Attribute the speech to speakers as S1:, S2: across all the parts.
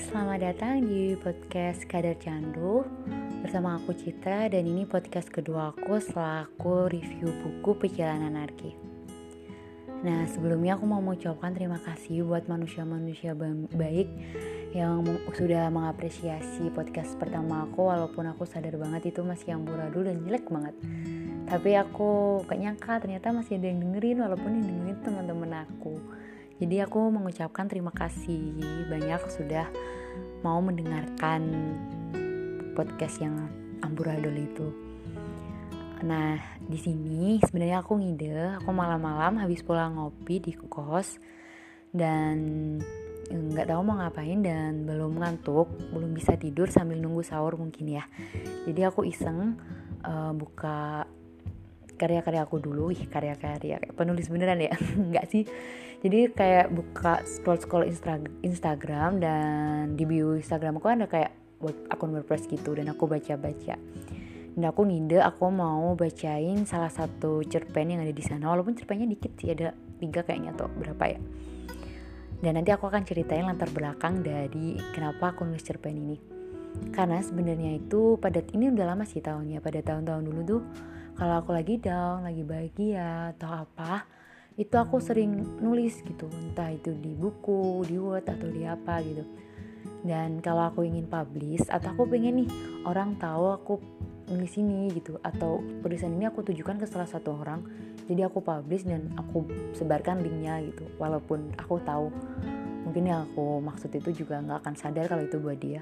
S1: selamat datang di podcast Kadar Candu bersama aku Citra, dan ini podcast kedua aku setelah aku review buku Perjalanan Anarki. Nah, sebelumnya aku mau mengucapkan terima kasih buat manusia-manusia baik yang sudah mengapresiasi podcast pertama aku, walaupun aku sadar banget itu masih amburadul dan jelek banget. Tapi aku gak nyangka ternyata masih ada yang dengerin, walaupun yang dengerin teman-teman aku. Jadi aku mengucapkan terima kasih banyak sudah mau mendengarkan podcast yang amburadul itu. Nah, di sini sebenarnya aku ngide, aku malam-malam habis pulang ngopi di kos dan nggak tahu mau ngapain dan belum ngantuk, belum bisa tidur sambil nunggu sahur mungkin ya. Jadi aku iseng buka karya-karya aku dulu. Karya-karya penulis beneran ya? Enggak sih. Jadi kayak buka scroll Instagram, dan di bio Instagram aku ada kayak akun WordPress gitu, dan aku baca-baca. Dan aku ngide aku mau bacain salah satu cerpen yang ada di sana, walaupun cerpennya dikit sih, ada 3 kayaknya atau berapa ya. Dan nanti aku akan ceritain latar belakang dari kenapa aku nulis cerpen ini. Karena sebenarnya itu ini udah lama sih tahunnya, pada tahun-tahun dulu tuh kalau aku lagi down, lagi bahagia atau apa, itu aku sering nulis gitu, entah itu di buku, di Word atau di apa gitu. Dan kalau aku ingin publish atau aku pengen nih orang tahu aku nulis ini gitu, atau tulisan ini aku tujukan ke salah satu orang, jadi aku publish dan aku sebarkan linknya gitu, walaupun aku tahu mungkin yang aku maksud itu juga gak akan sadar kalau itu buat dia.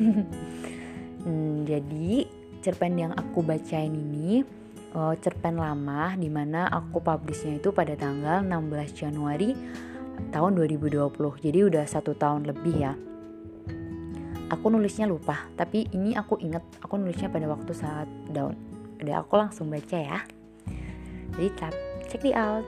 S1: Jadi cerpen yang aku bacain ini cerpen lama, dimana aku publishnya itu pada tanggal 16 Januari tahun 2020. Jadi udah 1 tahun lebih ya. Aku nulisnya lupa, tapi ini aku ingat aku nulisnya pada waktu saat down. Udah, aku langsung baca ya. Jadi check it out.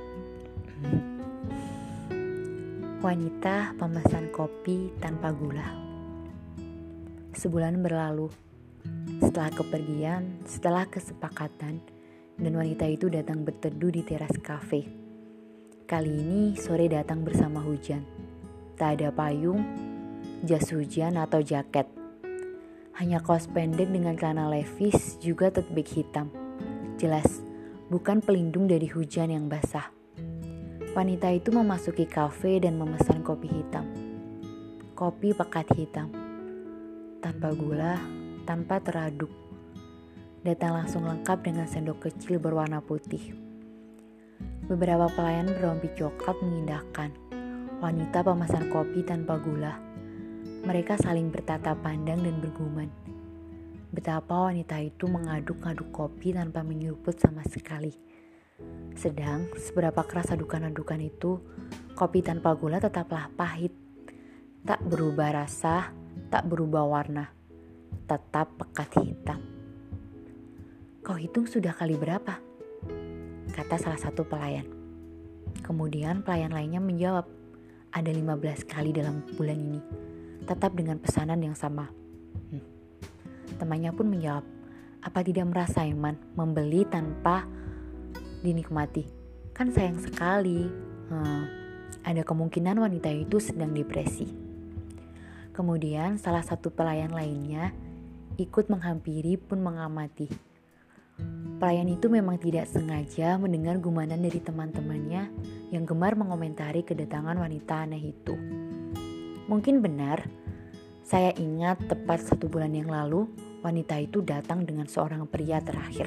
S1: Wanita pemesan kopi tanpa gula. Sebulan berlalu. Setelah kepergian, setelah kesepakatan, dan wanita itu datang berteduh di teras kafe. Kali ini sore datang bersama hujan. Tak ada payung, jas hujan atau jaket. Hanya kaos pendek dengan celana levis, juga tote bag hitam. Jelas, bukan pelindung dari hujan yang basah. Wanita itu memasuki kafe dan memesan kopi hitam. Kopi pekat hitam. Tanpa gula, tanpa teraduk. Datang langsung lengkap dengan sendok kecil berwarna putih. Beberapa pelayan berrompi coklat mengindahkan. Wanita pemesan kopi tanpa gula. Mereka saling bertatap pandang dan bergumam. Betapa wanita itu mengaduk-aduk kopi tanpa menyeruput sama sekali. Sedang seberapa keras adukan-adukan itu, kopi tanpa gula tetaplah pahit. Tak berubah rasa, tak berubah warna. Tetap pekat hitam. Kau hitung sudah kali berapa? Kata salah satu pelayan. Kemudian pelayan lainnya menjawab, ada 15 kali dalam bulan ini. Tetap dengan pesanan yang sama. Temannya pun menjawab, apa tidak merasa iman membeli tanpa dinikmati? Kan sayang sekali. Ada kemungkinan wanita itu sedang depresi. Kemudian salah satu pelayan lainnya ikut menghampiri pun mengamati. Pelayan itu memang tidak sengaja mendengar gumanan dari teman-temannya yang gemar mengomentari kedatangan wanita aneh itu. Mungkin benar, saya ingat tepat 1 bulan yang lalu, wanita itu datang dengan seorang pria terakhir.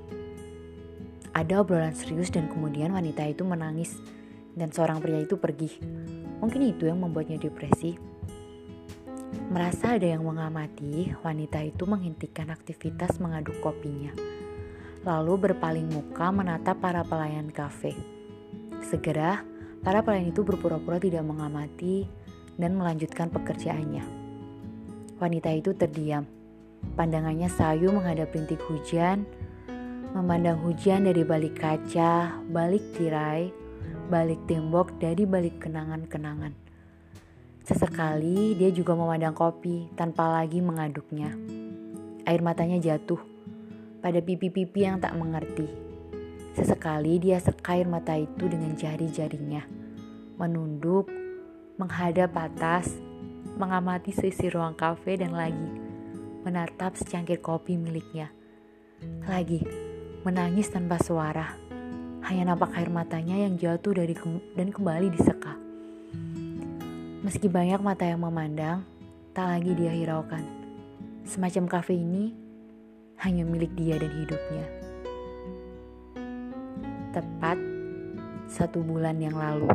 S1: Ada obrolan serius dan kemudian wanita itu menangis dan seorang pria itu pergi. Mungkin itu yang membuatnya depresi. Merasa ada yang mengamati, wanita itu menghentikan aktivitas mengaduk kopinya. Lalu berpaling muka menatap para pelayan kafe. Segera, para pelayan itu berpura-pura tidak mengamati dan melanjutkan pekerjaannya. Wanita itu terdiam. Pandangannya sayu menghadap rintik hujan, memandang hujan dari balik kaca, balik tirai, balik tembok, dari balik kenangan-kenangan. Sesekali dia juga memandang kopi tanpa lagi mengaduknya. Air matanya jatuh pada pipi-pipi yang tak mengerti. Sesekali dia seka air mata itu dengan jari-jarinya, menunduk, menghadap atas, mengamati sisi ruang kafe dan lagi menatap secangkir kopi miliknya. Lagi menangis tanpa suara. Hanya nampak air matanya yang jatuh dan kembali diseka. Meski banyak mata yang memandang, tak lagi dia hiraukan. Semacam kafe ini hanya milik dia dan hidupnya. Tepat 1 bulan yang lalu,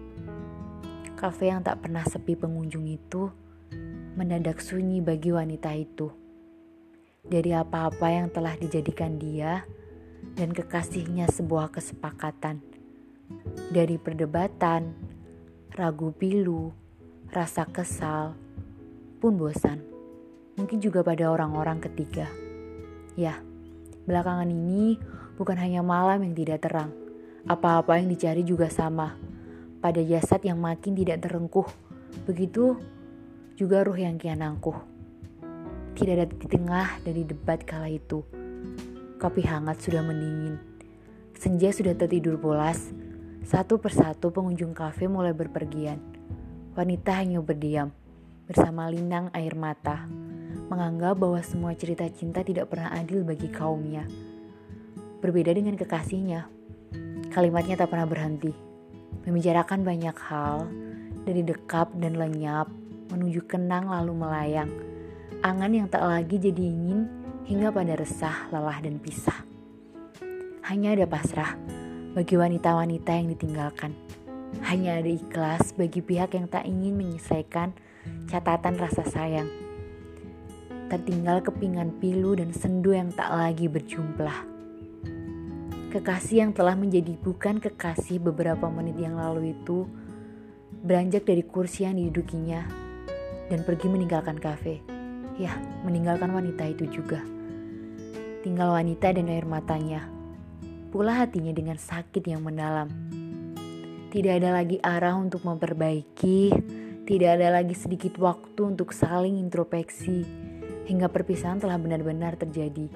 S1: kafe yang tak pernah sepi pengunjung itu mendadak sunyi bagi wanita itu. Dari apa-apa yang telah dijadikan dia dan kekasihnya sebuah kesepakatan. Dari perdebatan, ragu pilu, rasa kesal, pun bosan. Mungkin juga pada orang-orang ketiga. Ya, belakangan ini bukan hanya malam yang tidak terang. Apa-apa yang dicari juga sama. Pada jasad yang makin tidak terengkuh. Begitu juga ruh yang kian angkuh. Tidak ada di tengah dari debat kala itu. Kopi hangat sudah mendingin. Senja sudah tertidur pulas. Satu persatu pengunjung kafe mulai berpergian. Wanita hanya berdiam bersama linang air mata, menganggap bahwa semua cerita cinta tidak pernah adil bagi kaumnya. Berbeda dengan kekasihnya, kalimatnya tak pernah berhenti, membicarakan banyak hal, dari dekap dan lenyap, menuju kenang lalu melayang, angan yang tak lagi jadi ingin, hingga pada resah, lelah dan pisah. Hanya ada pasrah bagi wanita-wanita yang ditinggalkan. Hanya ada ikhlas bagi pihak yang tak ingin menyelesaikan catatan rasa sayang. Tertinggal kepingan pilu dan sendu yang tak lagi berjumlah. Kekasih yang telah menjadi bukan kekasih beberapa menit yang lalu itu beranjak dari kursi yang didudukinya dan pergi meninggalkan kafe. Ya, meninggalkan wanita itu juga. Tinggal wanita dan air matanya. Pula hatinya dengan sakit yang mendalam. Tidak ada lagi arah untuk memperbaiki, tidak ada lagi sedikit waktu untuk saling introspeksi, hingga perpisahan telah benar-benar terjadi.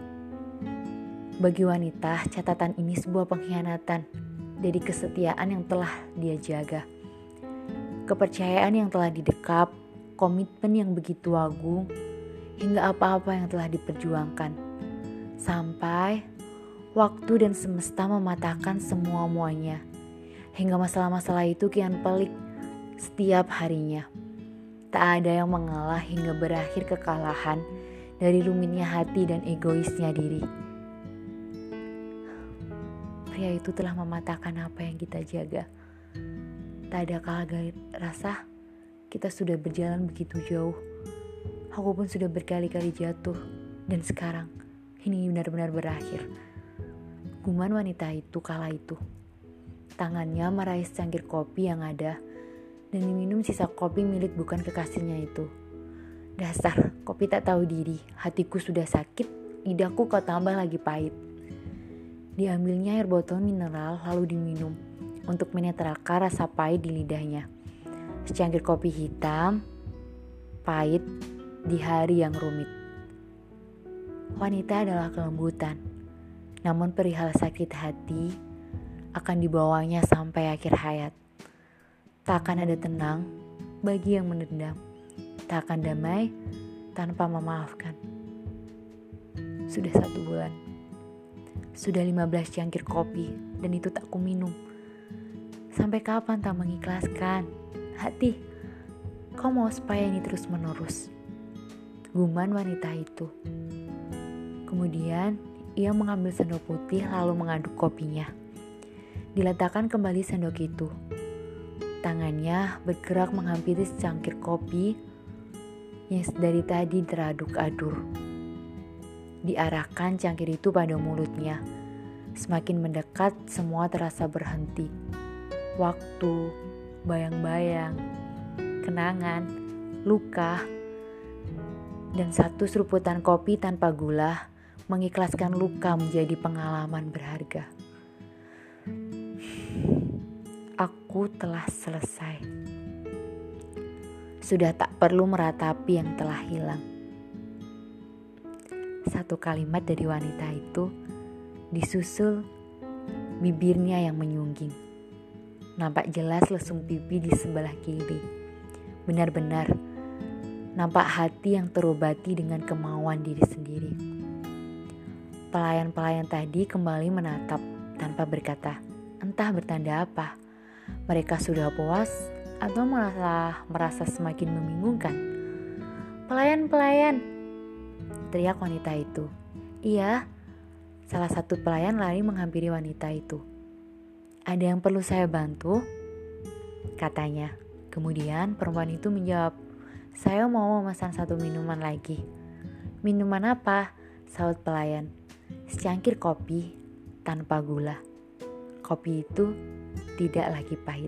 S1: Bagi wanita, catatan ini sebuah pengkhianatan dari kesetiaan yang telah dia jaga. Kepercayaan yang telah didekap, komitmen yang begitu agung, hingga apa-apa yang telah diperjuangkan. Sampai waktu dan semesta mematahkan semua-muanya. Hingga masalah-masalah itu kian pelik setiap harinya. Tak ada yang mengalah hingga berakhir kekalahan dari rumitnya hati dan egoisnya diri. Pria itu telah mematahkan apa yang kita jaga. Tak ada kala rasa kita sudah berjalan begitu jauh. Aku pun sudah berkali-kali jatuh. Dan sekarang ini benar-benar berakhir. Guman wanita itu kala itu. Tangannya meraih secangkir kopi yang ada dan diminum sisa kopi milik bukan kekasihnya itu. Dasar, kopi tak tahu diri. Hatiku sudah sakit, lidahku kau tambah lagi pahit. Diambilnya air botol mineral lalu diminum untuk menetralkan rasa pahit di lidahnya. Secangkir kopi hitam, pahit di hari yang rumit. Wanita adalah kelembutan, namun perihal sakit hati akan dibawanya sampai akhir hayat. Tak akan ada tenang bagi yang menendam. Tak akan damai tanpa memaafkan. Sudah 1 bulan. Sudah 15 cangkir kopi dan itu tak kuminum. Sampai kapan tak mengikhlaskan? Hati, kau mau supaya ini terus menerus? Guman wanita itu. Kemudian ia mengambil sendok putih lalu mengaduk kopinya. Diletakkan kembali sendok itu. Tangannya bergerak menghampiri secangkir kopi yang dari tadi teraduk-aduk. Diarahkan cangkir itu pada mulutnya. Semakin mendekat, semua terasa berhenti. Waktu, bayang-bayang, kenangan, luka, dan satu seruputan kopi tanpa gula mengikhlaskan luka menjadi pengalaman berharga. Aku telah selesai. Sudah tak perlu meratapi yang telah hilang. Satu kalimat dari wanita itu disusul bibirnya yang menyungging. Nampak jelas lesung pipi di sebelah kiri. Benar-benar nampak hati yang terobati dengan kemauan diri sendiri. Pelayan-pelayan tadi kembali menatap tanpa berkata, entah bertanda apa. Mereka sudah puas atau merasa semakin membingungkan. Pelayan, teriak wanita itu. Iya, salah satu pelayan lari menghampiri wanita itu. Ada yang perlu saya bantu? Katanya. Kemudian perempuan itu menjawab, saya mau memesan 1 minuman lagi. Minuman apa? Sahut pelayan. Secangkir kopi tanpa gula. Kopi itu tidak lagi pahit.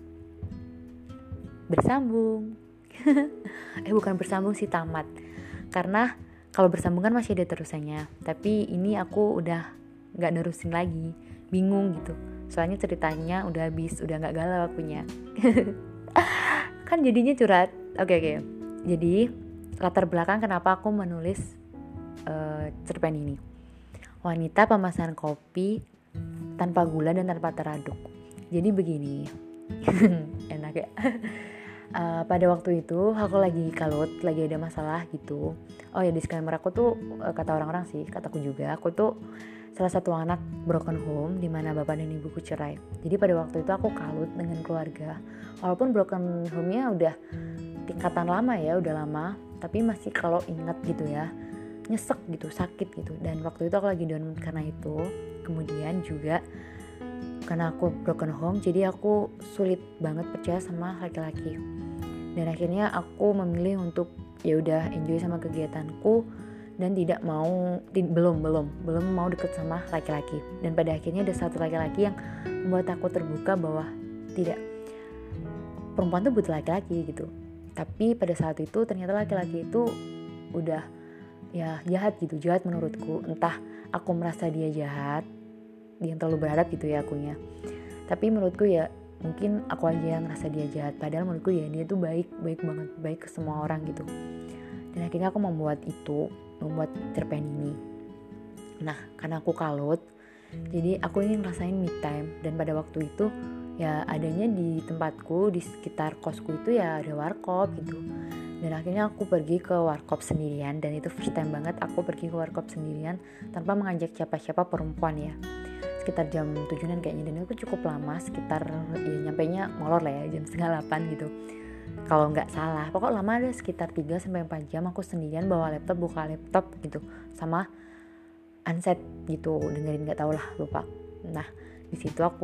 S1: Bersambung. Bukan bersambung sih, tamat. Karena kalau bersambung kan masih ada terusannya. Tapi ini aku udah gak nerusin lagi. Bingung gitu. Soalnya ceritanya udah habis, udah gak galau akunya. Kan jadinya curhat. Oke. Jadi latar belakang kenapa aku menulis cerpen ini. Wanita pemesan kopi tanpa gula dan tanpa teraduk. Jadi begini. Enak ya. Pada waktu itu aku lagi kalut, lagi ada masalah gitu. Oh ya, disclaimer, aku tuh kata orang-orang sih, kataku juga, aku tuh salah satu anak broken home di mana bapak dan ibuku cerai. Jadi pada waktu itu aku kalut dengan keluarga. Walaupun broken home-nya udah tingkatan lama ya, udah lama, tapi masih kalau ingat gitu ya, nyesek gitu, sakit gitu. Dan waktu itu aku lagi down karena itu. Kemudian juga karena aku broken home, jadi aku sulit banget percaya sama laki-laki. Dan akhirnya aku memilih untuk ya udah enjoy sama kegiatanku dan belum mau deket sama laki-laki. Dan pada akhirnya ada satu laki-laki yang membuat aku terbuka bahwa tidak, perempuan tuh butuh laki-laki gitu. Tapi pada saat itu ternyata laki-laki itu udah ya jahat gitu, jahat menurutku. Entah aku merasa dia jahat, dia yang terlalu berharap gitu ya akunya. Tapi menurutku ya mungkin aku aja yang ngerasa dia jahat, padahal menurutku ya dia tuh baik banget, baik ke semua orang gitu. Dan akhirnya aku membuat cerpen ini. Nah, karena aku kalut, jadi aku ingin ngerasain me time. Dan pada waktu itu ya adanya di tempatku, di sekitar kosku itu ya ada warkop gitu. Dan akhirnya aku pergi ke warkop sendirian. Dan itu first time banget aku pergi ke warkop sendirian tanpa mengajak siapa-siapa perempuan ya. Sekitar jam 7-an kayaknya, dan itu cukup lama, sekitar ya nyampainya molor lah ya, jam 7:30 gitu kalau nggak salah. Pokoknya lama, ada sekitar 3-4 jam aku sendirian bawa laptop, buka laptop gitu, sama unset gitu, dengerin, nggak tahu lah, lupa. Nah di situ aku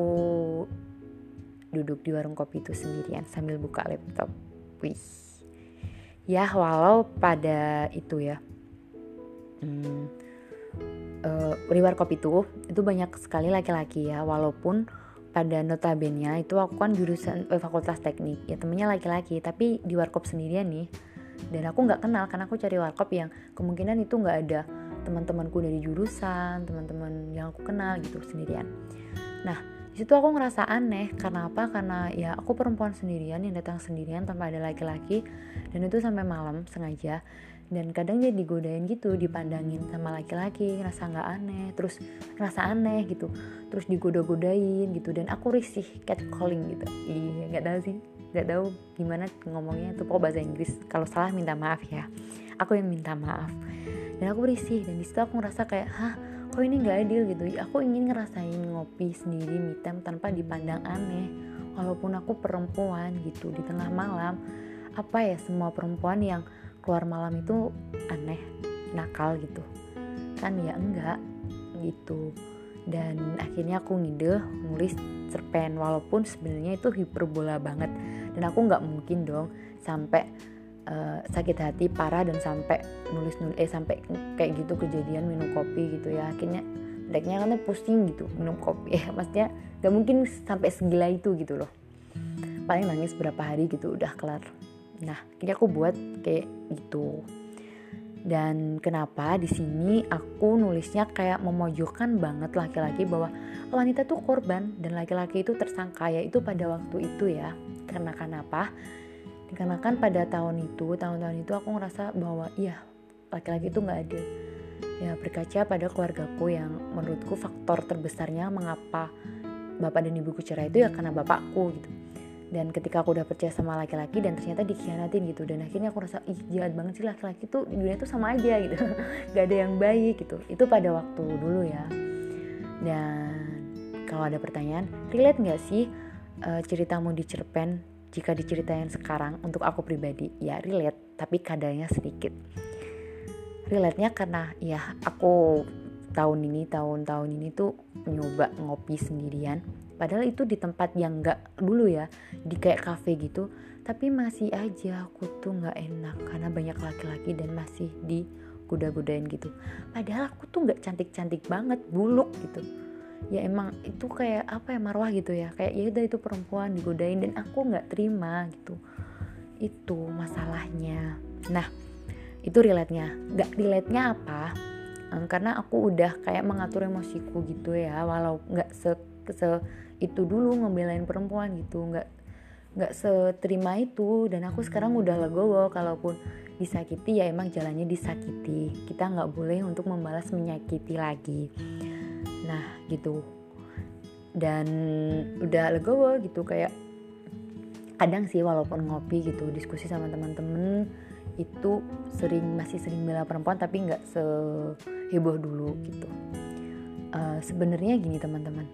S1: duduk di warung kopi itu sendirian sambil buka laptop. Wih ya, walau pada itu ya di warkop itu banyak sekali laki-laki ya, walaupun pada notabene itu aku kan jurusan fakultas teknik ya, temennya laki-laki, tapi di warkop sendirian nih. Dan aku nggak kenal karena aku cari warkop yang kemungkinan itu nggak ada teman-temanku dari jurusan, teman-teman yang aku kenal gitu, sendirian. Nah di situ aku ngerasa aneh. Karena apa? Karena ya aku perempuan sendirian yang datang sendirian tanpa ada laki-laki, dan itu sampai malam sengaja. Dan kadang jadi digodain gitu, dipandangin sama laki-laki, ngerasa nggak aneh, terus ngerasa aneh gitu, terus digoda-godain gitu, dan aku risih, catcalling gitu. Iya, nggak tahu gimana ngomongnya itu, pokok bahasa Inggris. Kalau salah minta maaf ya, aku yang minta maaf. Dan aku risih, dan di situ aku ngerasa kayak, kok ini nggak adil gitu. Aku ingin ngerasain ngopi sendiri, me time, tanpa dipandang aneh, walaupun aku perempuan gitu di tengah malam. Apa ya, semua perempuan yang keluar malam itu aneh, nakal gitu kan? Ya enggak gitu. Dan akhirnya aku ngide nulis cerpen, walaupun sebenarnya itu hiperbola banget, dan aku nggak mungkin dong sampai sakit hati parah dan sampai sampai kayak gitu kejadian minum kopi gitu ya. Akhirnya deknya kan pusing gitu minum kopi maksudnya nggak mungkin sampai segila itu gitu loh. Paling nangis berapa hari gitu udah kelar. Nah, ini aku buat kayak gitu. Dan kenapa di sini aku nulisnya kayak memojokkan banget laki-laki, bahwa wanita tuh korban dan laki-laki itu tersangka, yaitu pada waktu itu ya. Karena kenapa? Dikarenakan pada tahun-tahun itu aku ngerasa bahwa iya, laki-laki itu nggak adil. Ya berkaca pada keluargaku yang menurutku faktor terbesarnya mengapa bapak dan ibuku cerai itu ya karena bapakku gitu. Dan ketika aku udah percaya sama laki-laki dan ternyata dikhianatin gitu, dan akhirnya aku rasa ih jahat banget sih laki-laki tuh di dunia tuh sama aja gitu. Gak ada yang baik gitu. Itu pada waktu dulu ya. Dan kalau ada pertanyaan, relate gak sih ceritamu di cerpen jika diceritain sekarang? Untuk aku pribadi ya relate, tapi kadarnya sedikit. Relate-nya karena ya aku tahun ini tuh nyoba ngopi sendirian. Padahal itu di tempat yang gak dulu ya, di kayak cafe gitu. Tapi masih aja aku tuh gak enak karena banyak laki-laki dan masih digoda-godain gitu. Padahal aku tuh gak cantik-cantik banget, buluk gitu. Ya emang itu kayak apa ya, marwah gitu ya. Kayak ya udah itu perempuan digodain dan aku gak terima gitu. Itu masalahnya. Nah, itu relate-nya. Gak relate-nya apa? Karena aku udah kayak mengatur emosiku gitu ya, walau gak se itu dulu ngebelain perempuan gitu, nggak seterima itu. Dan aku sekarang udah legowo, kalaupun disakiti ya emang jalannya disakiti, kita nggak boleh untuk membalas menyakiti lagi. Nah gitu, dan udah legowo gitu. Kayak kadang sih walaupun ngopi gitu, diskusi sama teman-teman itu masih sering bela perempuan, tapi nggak seheboh dulu gitu. Sebenarnya gini teman-teman,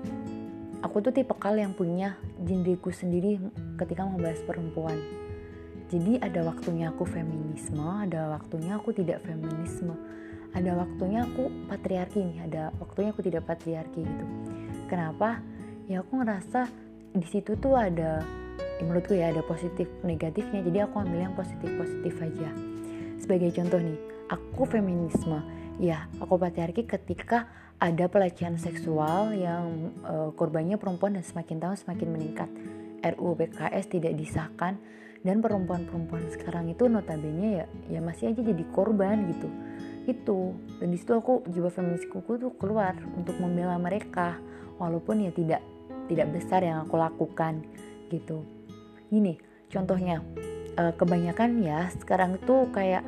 S1: aku tuh tipikal yang punya genreku sendiri ketika membahas perempuan. Jadi ada waktunya aku feminisme, ada waktunya aku tidak feminisme, ada waktunya aku patriarki nih, ada waktunya aku tidak patriarki gitu. Kenapa? Ya aku ngerasa di situ tuh ada, menurutku ya ada positif negatifnya. Jadi aku ambil yang positif aja. Sebagai contoh nih, aku feminisme, ya aku patriarki ketika ada pelecehan seksual yang korbannya perempuan dan semakin tahun semakin meningkat. RUU PKS tidak disahkan dan perempuan-perempuan sekarang itu notabene ya masih aja jadi korban gitu. Itu, dan di situ aku jiwa feminisku tuh keluar untuk membela mereka, walaupun ya tidak besar yang aku lakukan gitu. Gini contohnya, kebanyakan ya sekarang tuh kayak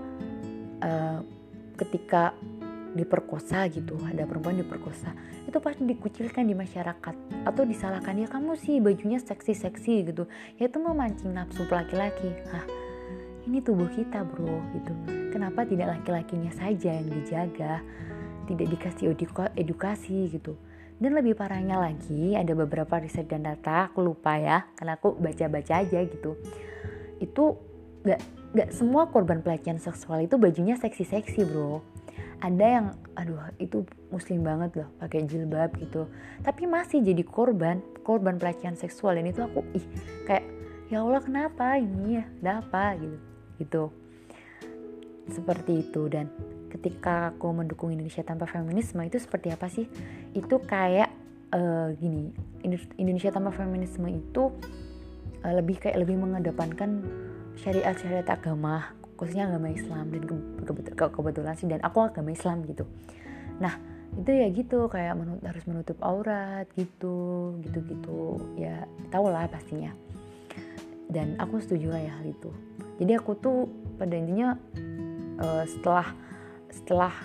S1: ketika diperkosa gitu, ada perempuan diperkosa, itu pasti dikucilkan di masyarakat atau disalahkan, ya kamu sih bajunya seksi gitu, ya itu memancing nafsu laki-laki. Ini tubuh kita bro gitu. Kenapa tidak laki-lakinya saja yang dijaga, tidak dikasih edukasi gitu. Dan lebih parahnya lagi, ada beberapa riset dan data, aku lupa ya karena aku baca-baca aja gitu. Itu gak semua korban pelecehan seksual itu bajunya seksi-seksi bro. Ada yang itu muslim banget loh, pakai jilbab gitu, tapi masih jadi korban pelecehan seksual. Dan itu aku kayak ya Allah kenapa ini ya, ada apa gitu seperti itu. Dan ketika aku mendukung Indonesia tanpa feminisme itu seperti apa sih? Itu kayak gini, Indonesia tanpa feminisme itu lebih mengedepankan syariat agama, khususnya agama Islam. Dan kebetulan sih dan aku agama Islam gitu. Nah itu ya gitu, kayak harus menutup aurat gitu ya, tau lah pastinya. Dan aku setuju lah ya hal itu. Jadi aku tuh pada intinya setelah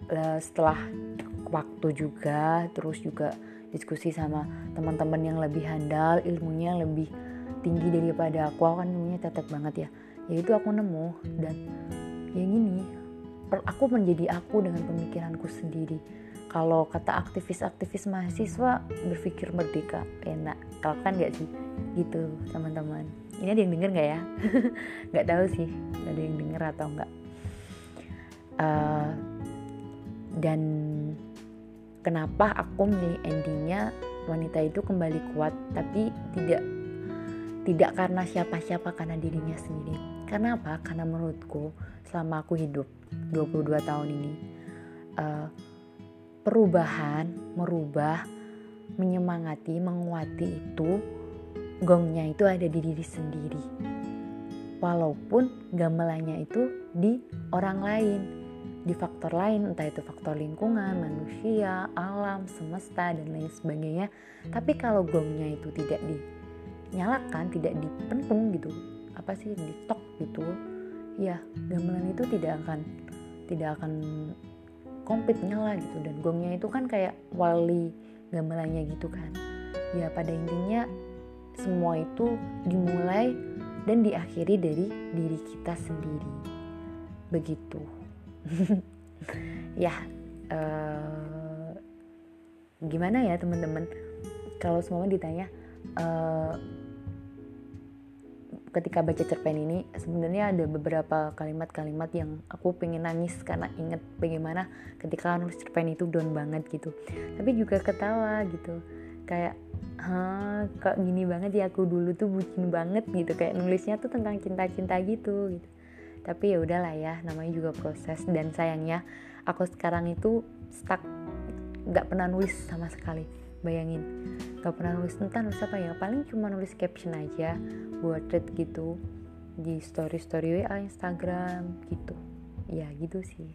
S1: waktu juga, terus juga diskusi sama teman-teman yang lebih handal, ilmunya lebih tinggi daripada aku kan ilmunya tetek banget ya. Itu aku nemu, dan yang gini, aku menjadi aku dengan pemikiranku sendiri. Kalau kata aktivis mahasiswa, berpikir merdeka, enak. Kalau kan gak sih? Gitu teman-teman. Ini ada yang denger gak ya? Gak tahu sih, ada yang denger atau enggak. Dan kenapa aku milih endingnya wanita itu kembali kuat, tapi tidak karena siapa-siapa, karena dirinya sendiri. Karena apa? Karena menurutku selama aku hidup 22 tahun ini, merubah, menyemangati, menguati itu, gongnya itu ada di diri sendiri. Walaupun gamelannya itu di orang lain, di faktor lain, entah itu faktor lingkungan, manusia, alam, semesta, dan lain sebagainya. Tapi kalau gongnya itu tidak dinyalakan, tidak dipentung gitu, ditok gitu, ya gamelan itu tidak akan komplit nyala gitu. Dan gongnya itu kan kayak wali gamelannya gitu kan. Ya pada intinya semua itu dimulai dan diakhiri dari diri kita sendiri. Begitu. Ya, gimana ya teman-teman? Kalau semua ditanya, ketika baca cerpen ini sebenarnya ada beberapa kalimat-kalimat yang aku pengen nangis karena inget bagaimana ketika nulis cerpen itu down banget gitu, tapi juga ketawa gitu, kayak kok gini banget ya, aku dulu tuh bucin banget gitu, kayak nulisnya tuh tentang cinta-cinta gitu. Tapi ya udahlah ya, namanya juga proses. Dan sayangnya aku sekarang itu stuck, nggak pernah nulis sama sekali. Bayangin, gak pernah nulis, entah nulis apa ya, paling cuma nulis caption aja buat thread gitu di story WA Instagram gitu. Ya gitu sih.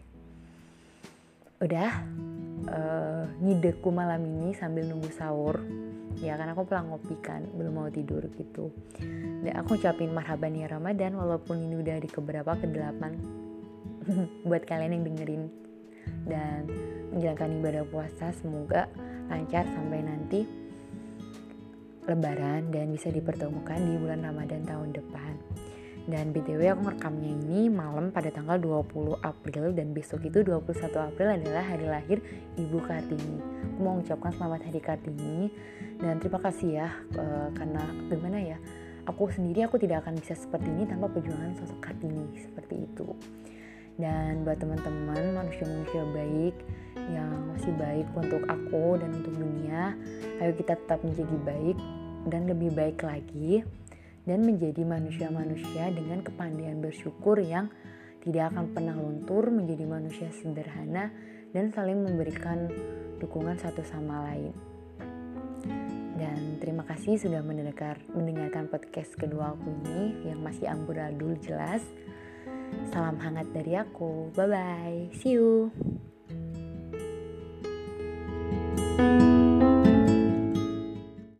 S1: Udah ngideku malam ini sambil nunggu sahur. Ya kan aku pulang ngopi kan, belum mau tidur gitu. Dan aku ucapin marhaban ya Ramadan, walaupun ini udah di keberapa, ke-8 buat kalian yang dengerin. Dan menjalankan ibadah puasa semoga lancar sampai nanti Lebaran dan bisa dipertemukan di bulan Ramadan tahun depan. Dan BTW aku ngerekamnya ini malam pada tanggal 20 April dan besok itu 21 April adalah hari lahir Ibu Kartini. Aku mau mengucapkan selamat Hari Kartini dan terima kasih ya, karena gimana ya, aku tidak akan bisa seperti ini tanpa perjuangan sosok Kartini seperti itu. Dan buat teman-teman manusia-manusia baik yang masih baik untuk aku dan untuk dunia, ayo kita tetap menjadi baik dan lebih baik lagi, dan menjadi manusia-manusia dengan kepandaian bersyukur yang tidak akan pernah luntur, menjadi manusia sederhana dan saling memberikan dukungan satu sama lain. Dan terima kasih sudah mendengarkan podcast kedua aku ini yang masih amburadul jelas. Salam hangat dari aku. Bye bye. See you.